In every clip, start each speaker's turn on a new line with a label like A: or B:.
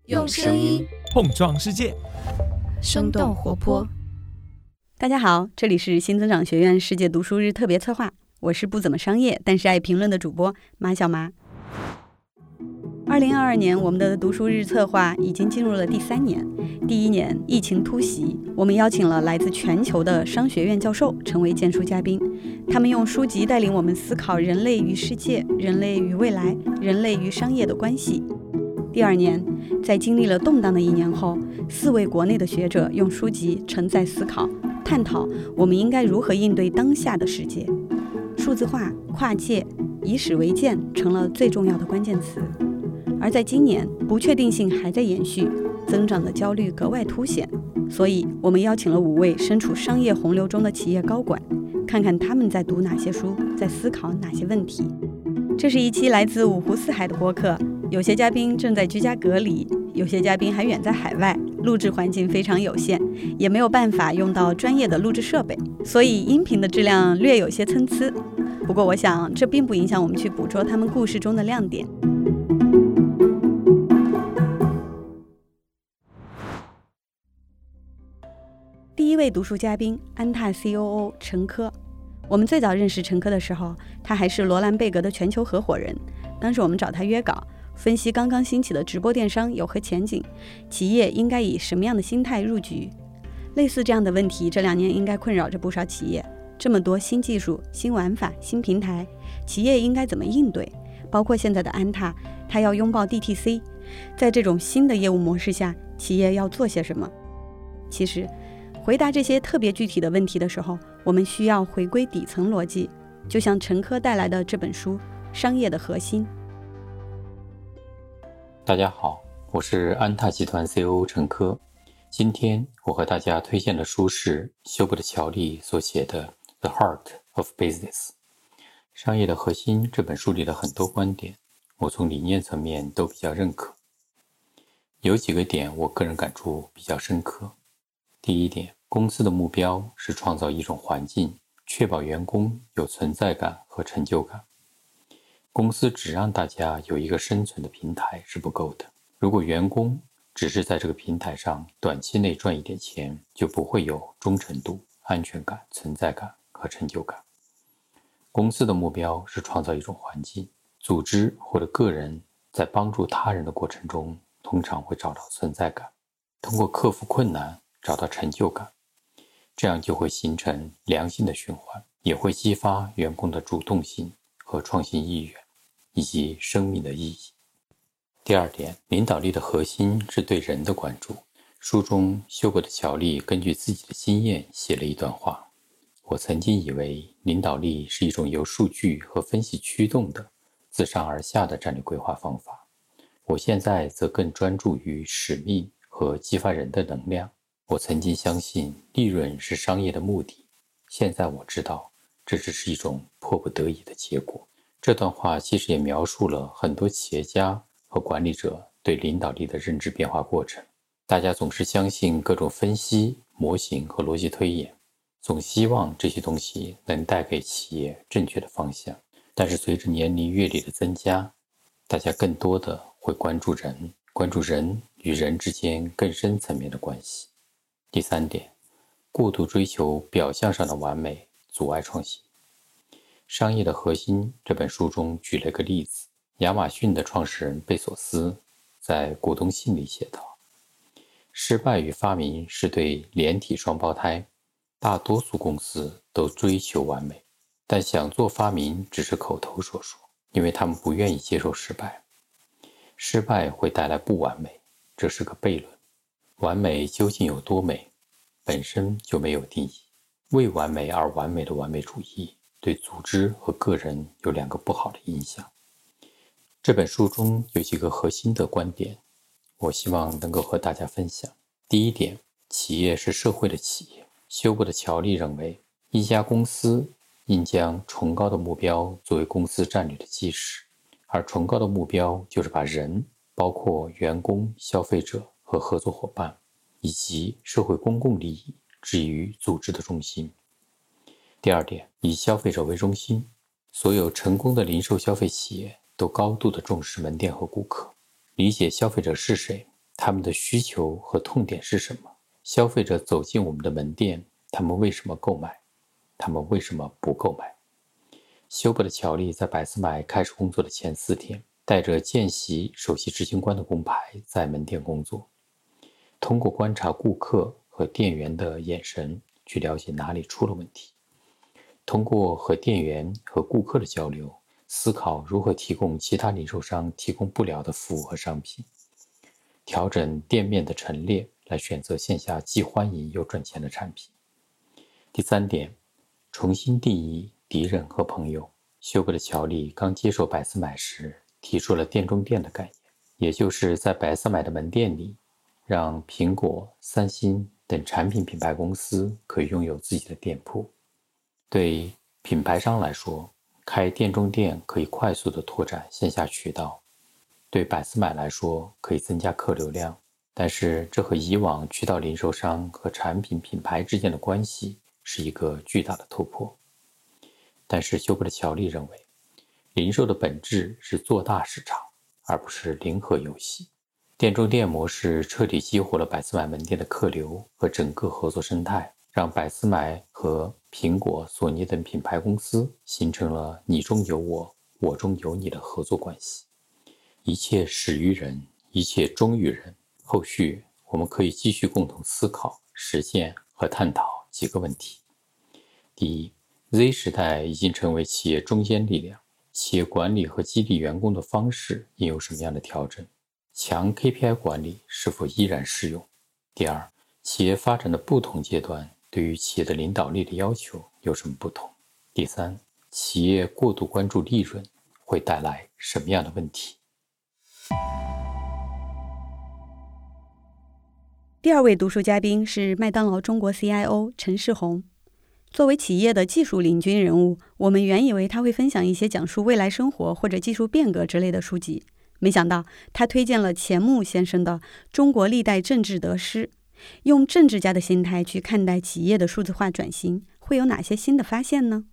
A: 用声音
B: 碰撞世界，
A: 生动活泼。
C: 大家好，这里是新增长学院世界读书日特别策划，我是不怎么商业但是爱评论的主播马小麻。2022年，我们的读书日策划已经进入了第3年。第1年疫情突袭，我们邀请了来自全球的商学院教授成为荐书嘉宾，他们用书籍带领我们思考人类与世界、人类与未来、人类与商业的关系。第2年，在经历了动荡的1年后，4位国内的学者用书籍承载思考，探讨我们应该如何应对当下的世界。数字化、跨界、以史为鉴成了最重要的关键词。而在今年，不确定性还在延续，增长的焦虑格外凸显，所以我们邀请了5位身处商业洪流中的企业高管，看看他们在读哪些书，在思考哪些问题。这是一期来自5湖4海的播客，有些嘉宾正在居家隔离，有些嘉宾还远在海外，录制环境非常有限，也没有办法用到专业的录制设备，所以音频的质量略有些参差。不过我想，这并不影响我们去捕捉他们故事中的亮点。第1位读书嘉宾，安踏 COO 陈科。我们最早认识陈科的时候，他还是罗兰贝格的全球合伙人。当时我们找他约稿，分析刚刚兴起的直播电商有何前景，企业应该以什么样的心态入局。类似这样的问题，这2年应该困扰着不少企业。这么多新技术、新玩法、新平台，企业应该怎么应对？包括现在的安踏，它要拥抱 DTC， 在这种新的业务模式下，企业要做些什么？其实回答这些特别具体的问题的时候，我们需要回归底层逻辑，就像陈科带来的这本书《商业的核心》。
D: 大家好，我是安踏集团 COO 陈科。今天我和大家推荐的书是休伯特·乔利所写的《The Heart of Business》。商业的核心这本书里的很多观点，我从理念层面都比较认可。有几个点我个人感触比较深刻。第一点，公司的目标是创造一种环境，确保员工有存在感和成就感。公司只让大家有一个生存的平台是不够的，如果员工只是在这个平台上短期内赚一点钱，就不会有忠诚度、安全感、存在感和成就感。公司的目标是创造一种环境，组织或者个人在帮助他人的过程中，通常会找到存在感，通过克服困难找到成就感，这样就会形成良性的循环，也会激发员工的主动性和创新意愿，以及生命的意义。第2点，领导力的核心是对人的关注。书中休伯特·乔利根据自己的经验写了一段话：我曾经以为领导力是一种由数据和分析驱动的自上而下的战略规划方法，我现在则更专注于使命和激发人的能量。我曾经相信利润是商业的目的，现在我知道这只是一种迫不得已的结果。这段话其实也描述了很多企业家和管理者对领导力的认知变化过程。大家总是相信各种分析、模型和逻辑推演，总希望这些东西能带给企业正确的方向。但是随着年龄阅历的增加，大家更多的会关注人，关注人与人之间更深层面的关系。第3点，过度追求表象上的完美，阻碍创新。商业的核心这本书中举了个例子，亚马逊的创始人贝索斯在股东信里写道：失败与发明是对连体双胞胎，大多数公司都追求完美，但想做发明只是口头所说，因为他们不愿意接受失败。失败会带来不完美，这是个悖论。完美究竟有多美，本身就没有定义。为完美而完美的完美主义，对组织和个人有2个不好的影响。这本书中有几个核心的观点，我希望能够和大家分享。第1点，企业是社会的企业。休伯特·乔利认为，一家公司应将崇高的目标作为公司战略的基石，而崇高的目标就是把人，包括员工、消费者和合作伙伴，以及社会公共利益置于组织的中心。第2点，以消费者为中心。所有成功的零售消费企业都高度地重视门店和顾客，理解消费者是谁，他他们的需求和痛点是什么？消费者走进我们的门店，他们为什么购买？他们为什么不购买？休伯的乔利在百思买开始工作的前4天，带着见习首席执行官的工牌在门店工作，通过观察顾客和店员的眼神去了解哪里出了问题，通过和店员和顾客的交流，思考如何提供其他零售商提供不了的服务和商品，调整店面的陈列来选择线下既欢迎又赚钱的产品。第3点，重新定义敌人和朋友。休伯的乔利刚接手百思买时提出了店中店的概念，也就是在百思买的门店里，让苹果、三星等产品品牌公司可以拥有自己的店铺。对品牌商来说，开店中店可以快速地拓展线下渠道，对百思买来说可以增加客流量，但是这和以往渠道零售商和产品品牌之间的关系是一个巨大的突破。但是休伯的乔利认为，零售的本质是做大市场，而不是零和游戏。店中店模式彻底激活了百思买门店的客流和整个合作生态，让百思买和苹果、索尼等品牌公司形成了你中有我，我中有你的合作关系。一切始于人，一切终于人。后续我们可以继续共同思考、实践和探讨几个问题。第一， Z 时代已经成为企业中坚力量，企业管理和激励员工的方式应有什么样的调整？强 KPI 管理是否依然适用？第二，企业发展的不同阶段对于企业的领导力的要求有什么不同？第三，企业过度关注利润会带来什么样的问题？
C: 第2位读书嘉宾是麦当劳中国 CIO 陈世宏。作为企业的技术领军人物，我们原以为他会分享一些讲述未来生活或者技术变革之类的书籍，没想到他推荐了钱穆先生的《中国历代政治得失》，用政治家的心态去看待企业的数字化转型，会有哪些新的发现呢？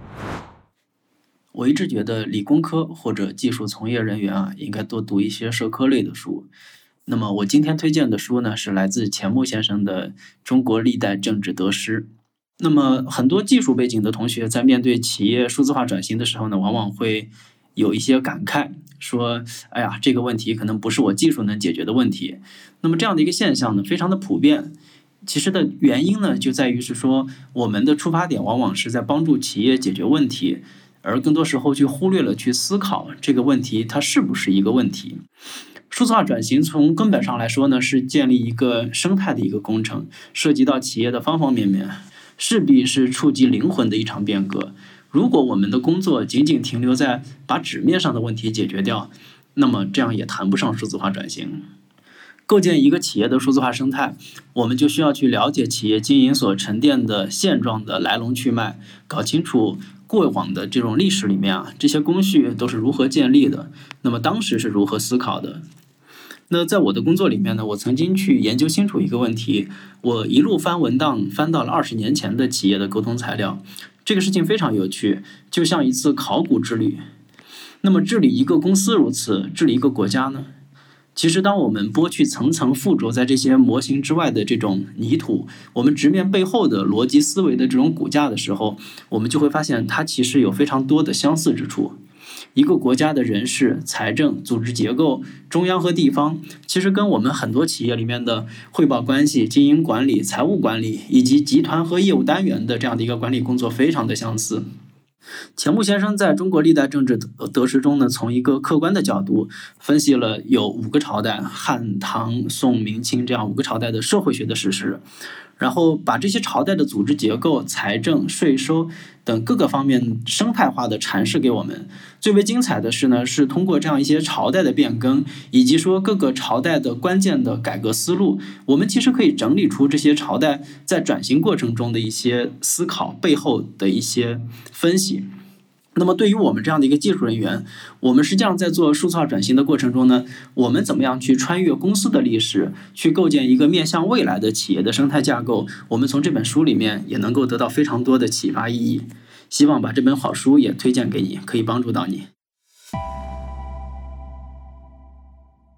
B: 我一直觉得理工科或者技术从业人员应该多读一些社科类的书。那么我今天推荐的书呢，是来自钱穆先生的《中国历代政治得失》。那么很多技术背景的同学在面对企业数字化转型的时候呢，往往会有一些感慨，说哎呀，这个问题可能不是我技术能解决的问题。那么这样的一个现象呢，非常的普遍。其实的原因呢，就在于是说我们的出发点往往是在帮助企业解决问题，而更多时候去忽略了去思考这个问题它是不是一个问题。数字化转型从根本上来说呢，是建立一个生态的一个工程，涉及到企业的方方面面，势必是触及灵魂的一场变革。如果我们的工作仅仅停留在把纸面上的问题解决掉，那么这样也谈不上数字化转型。构建一个企业的数字化生态，我们就需要去了解企业经营所沉淀的现状的来龙去脉，搞清楚过往的这种历史里面这些工序都是如何建立的，那么当时是如何思考的。那在我的工作里面呢，我曾经去研究清楚一个问题，我一路翻文档翻到了20年前的企业的沟通材料，这个事情非常有趣，就像一次考古之旅。那么治理一个公司如此，治理一个国家呢？其实当我们剥去层层附着在这些模型之外的这种泥土，我们直面背后的逻辑思维的这种骨架的时候，我们就会发现它其实有非常多的相似之处。一个国家的人事、财政、组织结构，中央和地方，其实跟我们很多企业里面的汇报关系、经营管理、财务管理以及集团和业务单元的这样的一个管理工作非常的相似。钱穆先生在中国历代政治得失中呢，从一个客观的角度分析了有5个朝代，汉、唐、宋、明、清这样5个朝代的社会学的事实，然后把这些朝代的组织结构、财政、税收等各个方面生态化的阐释给我们。最为精彩的是呢，是通过这样一些朝代的变更，以及说各个朝代的关键的改革思路，我们其实可以整理出这些朝代在转型过程中的一些思考背后的一些分析。那么对于我们这样的一个技术人员，我们实际上在做数字化转型的过程中呢，我们怎么样去穿越公司的历史，去构建一个面向未来的企业的生态架构，我们从这本书里面也能够得到非常多的启发意义。希望把这本好书也推荐给你，可以帮助到你。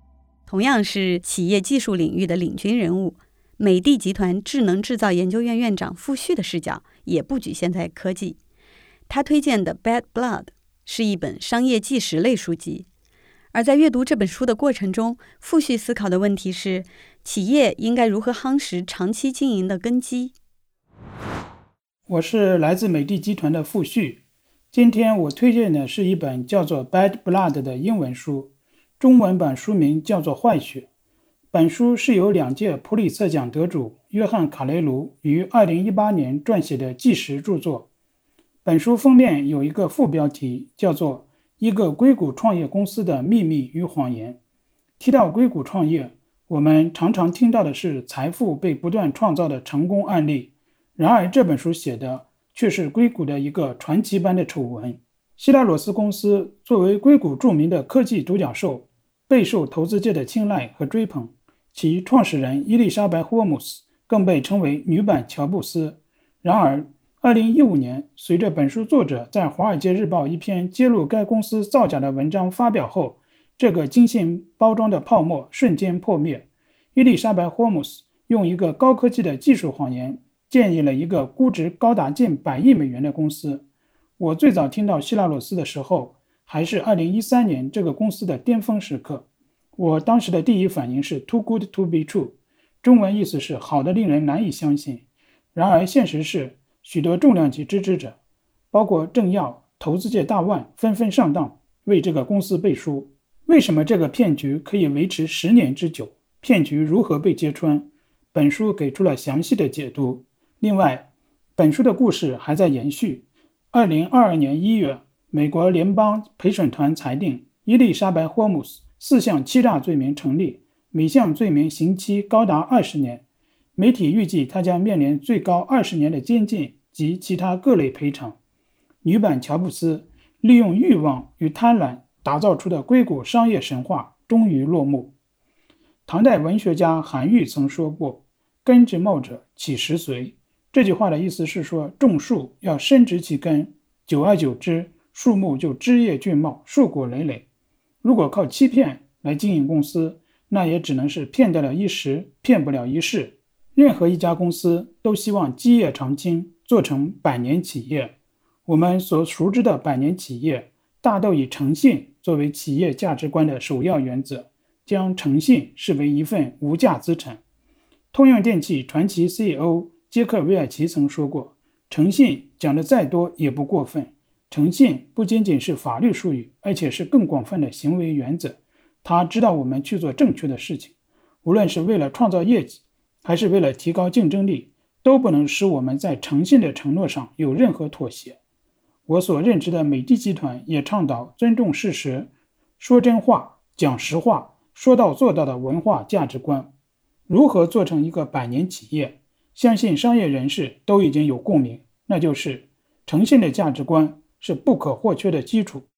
C: 同样是企业技术领域的领军人物，美的集团智能制造研究院院长傅旭的视角也不局限在科技。他推荐的《Bad Blood》是一本商业纪实类书籍，而在阅读这本书的过程中，傅旭思考的问题是，企业应该如何夯实长期经营的根基。
E: 我是来自美的集团的傅旭，今天我推荐的是一本叫做《Bad Blood》的英文书，中文版书名叫做《坏血》。本书是由2届普利策奖得主约翰·卡雷卢于2018年撰写的纪实著作。本书封面有一个副标题，叫做《一个硅谷创业公司的秘密与谎言》。提到硅谷创业，我们常常听到的是财富被不断创造的成功案例，然而这本书写的却是硅谷的一个传奇般的丑闻。希拉罗斯公司作为硅谷著名的科技独角兽，备受投资界的青睐和追捧，其创始人伊丽莎白·霍姆斯更被称为女版乔布斯。然而2015年，随着本书作者在《华尔街日报》一篇揭露该公司造假的文章发表后，这个精心包装的泡沫瞬间破灭。伊丽莎白·霍姆斯用一个高科技的技术谎言建立了一个估值高达近100亿美元的公司。我最早听到希拉罗斯的时候，还是2013年这个公司的巅峰时刻。我当时的第一反应是 too good to be true， 中文意思是好的令人难以相信。然而现实是，许多重量级支持者，包括政要、投资界大腕纷纷上当，为这个公司背书。为什么这个骗局可以维持10年之久？骗局如何被揭穿？本书给出了详细的解读。另外，本书的故事还在延续。2022年1月，美国联邦陪审团裁定伊丽莎白·霍姆斯4项欺诈罪名成立，每项罪名刑期高达20年。媒体预计他将面临最高20年的监禁及其他各类赔偿。女版乔布斯利用欲望与贪婪打造出的硅谷商业神话终于落幕。唐代文学家韩愈曾说过，根之茂者岂实随。这句话的意思是说，种树要深植其根，久而久之，树木就枝叶俊茂，树果累累。如果靠欺骗来经营公司，那也只能是骗得了一时，骗不了一世。任何一家公司都希望基业长青，做成100年企业。我们所熟知的100年企业，大都以诚信作为企业价值观的首要原则，将诚信视为一份无价资产。通用电气传奇 CEO 杰克韦尔奇曾说过，诚信讲得再多也不过分。诚信不仅仅是法律术语，而且是更广泛的行为原则。它指导我们去做正确的事情，无论是为了创造业绩，还是为了提高竞争力，都不能使我们在诚信的承诺上有任何妥协。我所任职的美的集团也倡导尊重事实、说真话、讲实话、说到做到的文化价值观。如何做成一个100年企业，相信商业人士都已经有共鸣，那就是诚信的价值观是不可或缺的基础。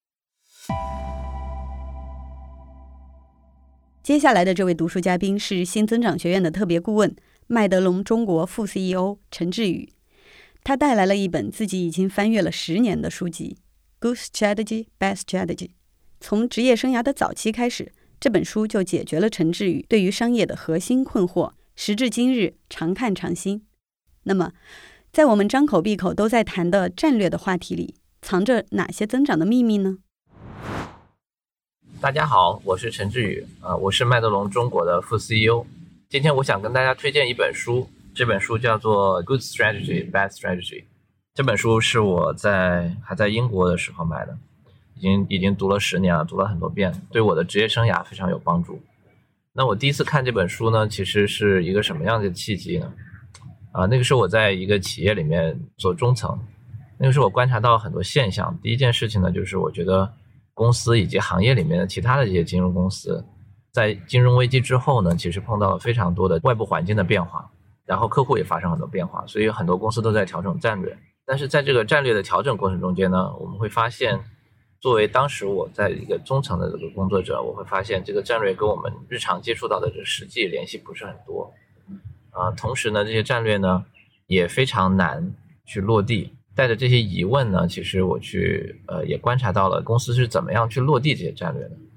C: 接下来的这位读书嘉宾是新增长学院的特别顾问，麦德龙中国副 CEO 陈志宇。他带来了一本自己已经翻阅了10年的书籍《Good Strategy, Bad Strategy》。从职业生涯的早期开始，这本书就解决了陈志宇对于商业的核心困惑，时至今日常看常新。那么，在我们张口闭口都在谈的战略的话题里，藏着哪些增长的秘密呢？
F: 大家好，我是陈志宇，我是麦德龙中国的副 CEO。今天我想跟大家推荐一本书，这本书叫做《Good Strategy, Bad Strategy》。这本书是我还在英国的时候买的，已经读了10年了，读了很多遍，对我的职业生涯非常有帮助。那我第一次看这本书呢，其实是一个什么样的契机呢？那个时候我在一个企业里面做中层，那个时候我观察到很多现象。第一件事情呢，就是我觉得公司以及行业里面的其他的这些金融公司，在金融危机之后呢，其实碰到了非常多的外部环境的变化，然后客户也发生很多变化，所以很多公司都在调整战略。但是在这个战略的调整过程中间呢，我们会发现，作为当时我在一个中层的这个工作者，我会发现这个战略跟我们日常接触到的这个实际联系不是很多。同时呢，这些战略呢也非常难去落地。带着这些疑问呢，其实我也观察到了公司是怎么样去落地这些战略的。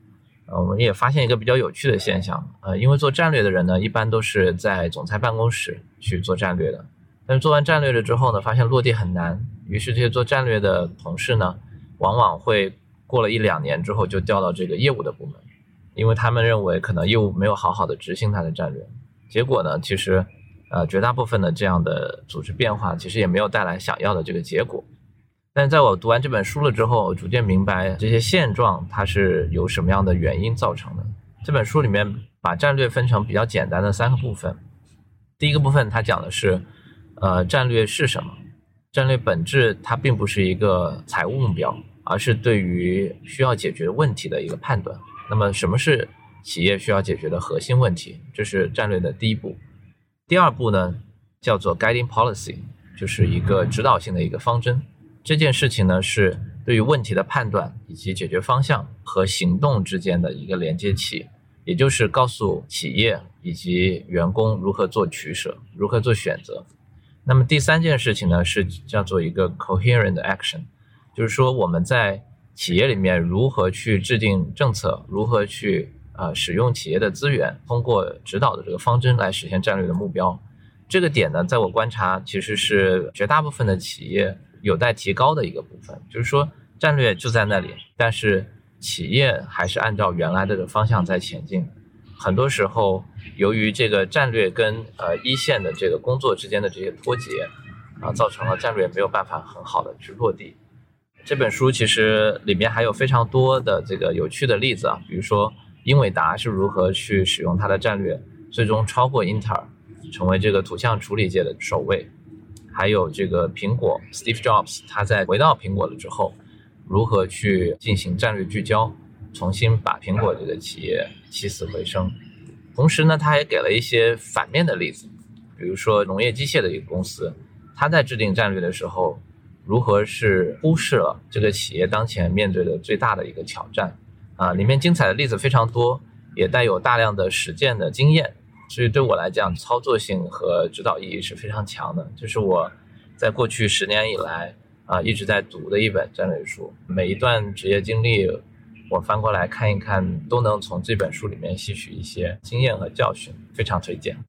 F: 我们也发现一个比较有趣的现象，因为做战略的人呢，一般都是在总裁办公室去做战略的，但是做完战略了之后呢，发现落地很难，于是这些做战略的同事呢，往往会过了1-2年之后就调到这个业务的部门，因为他们认为可能业务没有好好的执行他的战略，结果呢，其实绝大部分的这样的组织变化其实也没有带来想要的这个结果。但是在我读完这本书了之后，我逐渐明白这些现状它是由什么样的原因造成的。这本书里面把战略分成比较简单的3个部分。第一个部分它讲的是战略是什么。战略本质它并不是一个财务目标，而是对于需要解决问题的一个判断。那么什么是企业需要解决的核心问题？这是战略的第一步。第二步呢叫做 guiding policy， 就是一个指导性的一个方针。这件事情呢是对于问题的判断以及解决方向和行动之间的一个连接器，也就是告诉企业以及员工如何做取舍，如何做选择。那么第3件事情呢是叫做一个 coherent action， 就是说我们在企业里面如何去制定政策，如何去使用企业的资源，通过指导的这个方针来实现战略的目标。这个点呢，在我观察其实是绝大部分的企业有待提高的一个部分，就是说战略就在那里，但是企业还是按照原来的方向在前进。很多时候由于这个战略跟一线的这个工作之间的这些脱节造成了战略没有办法很好的去落地。这本书其实里面还有非常多的这个有趣的例子比如说英伟达是如何去使用它的战略最终超过英特尔成为这个图像处理界的首位，还有这个苹果 Steve Jobs 他在回到苹果了之后如何去进行战略聚焦，重新把苹果这个企业起死回生。同时呢，他也给了一些反面的例子，比如说农业机械的一个公司，他在制定战略的时候如何是忽视了这个企业当前面对的最大的一个挑战里面精彩的例子非常多，也带有大量的实践的经验，所以对我来讲操作性和指导意义是非常强的。这是我在过去10年以来一直在读的一本战略书，每一段职业经历我翻过来看一看，都能从这本书里面吸取一些经验和教训，非常推荐。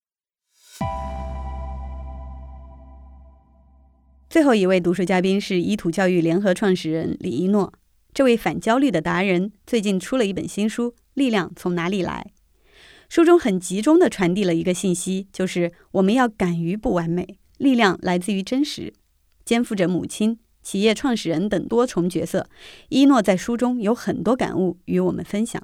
C: 最后一位读书嘉宾是依图教育联合创始人李一诺。这位反焦虑的达人最近出了一本新书《力量从哪里来》。书中很集中地传递了一个信息，就是我们要敢于不完美，力量来自于真实。肩负着母亲、企业创始人等多重角色，一诺在书中有很多感悟与我们分享。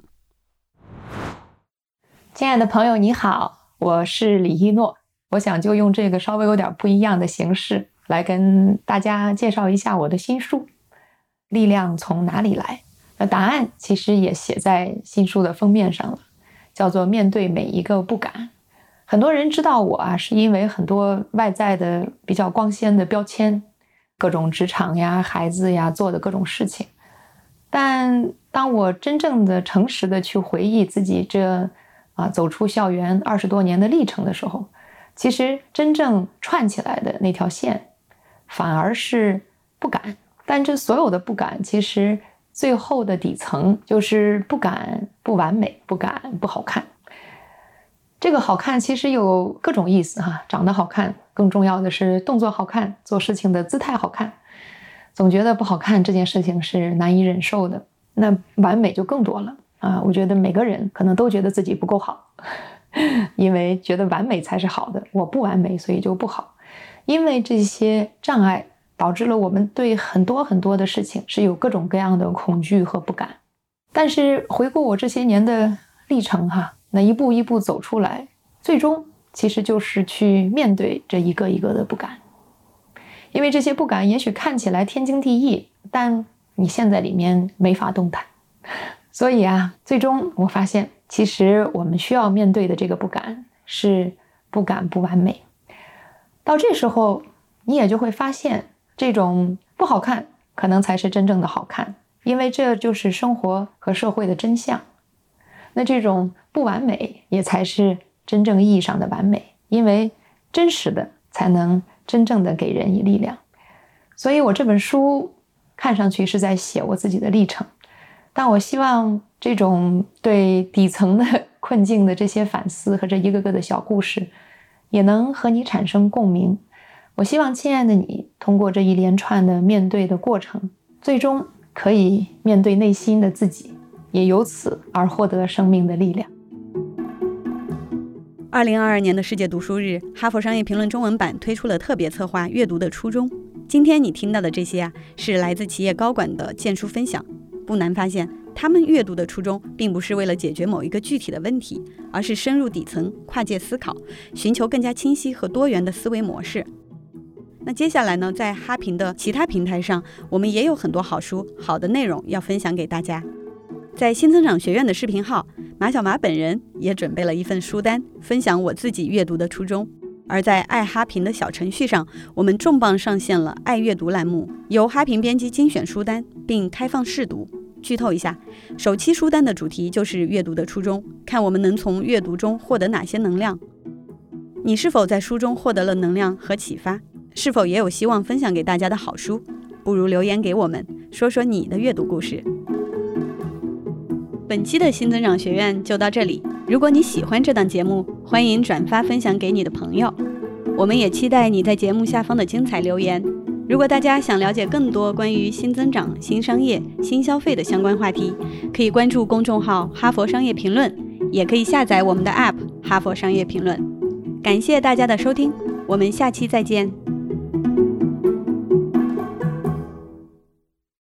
G: 亲爱的朋友你好，我是李一诺，我想就用这个稍微有点不一样的形式来跟大家介绍一下我的新书《力量从哪里来》。那答案其实也写在新书的封面上了，叫做面对每一个不敢。很多人知道我是因为很多外在的比较光鲜的标签，各种职场呀、孩子呀做的各种事情。但当我真正的诚实的去回忆自己这走出校园20多年的历程的时候，其实真正串起来的那条线反而是不敢。但这所有的不敢，其实最后的底层就是不敢不完美，不敢不好看。这个好看其实有各种意思长得好看，更重要的是动作好看，做事情的姿态好看。总觉得不好看这件事情是难以忍受的，那完美就更多了我觉得每个人可能都觉得自己不够好，因为觉得完美才是好的，我不完美所以就不好。因为这些障碍导致了我们对很多很多的事情是有各种各样的恐惧和不敢。但是回顾我这些年的历程那一步一步走出来，最终其实就是去面对这一个一个的不敢。因为这些不敢也许看起来天经地义，但你陷在里面没法动弹。所以最终我发现其实我们需要面对的这个不敢是不敢不完美。到这时候你也就会发现，这种不好看可能才是真正的好看，因为这就是生活和社会的真相。那这种不完美也才是真正意义上的完美，因为真实的才能真正的给人以力量。所以我这本书看上去是在写我自己的历程，但我希望这种对底层的困境的这些反思和这一个个的小故事，也能和你产生共鸣。我希望亲爱的你通过这一连串的面对的过程，最终可以面对内心的自己，也由此而获得生命的力量。
C: 2022年的世界读书日，哈佛商业评论中文版推出了特别策划《阅读的初衷》。今天你听到的这些是来自企业高管的荐书分享。不难发现，他们阅读的初衷并不是为了解决某一个具体的问题，而是深入底层，跨界思考，寻求更加清晰和多元的思维模式。那接下来呢，在哈评的其他平台上，我们也有很多好书、好的内容要分享给大家。在新增长学院的视频号，马小马本人也准备了一份书单，分享我自己阅读的初衷。而在爱哈评的小程序上，我们重磅上线了爱阅读栏目，由哈评编辑精选书单并开放试读。剧透一下，首期书单的主题就是阅读的初衷，看我们能从阅读中获得哪些能量。你是否在书中获得了能量和启发？是否也有希望分享给大家的好书？不如留言给我们，说说你的阅读故事。本期的新增长学院就到这里。如果你喜欢这档节目，欢迎转发分享给你的朋友。我们也期待你在节目下方的精彩留言。如果大家想了解更多关于新增长、新商业、新消费的相关话题，可以关注公众号哈佛商业评论，也可以下载我们的 App 哈佛商业评论。感谢大家的收听，我们下期再见。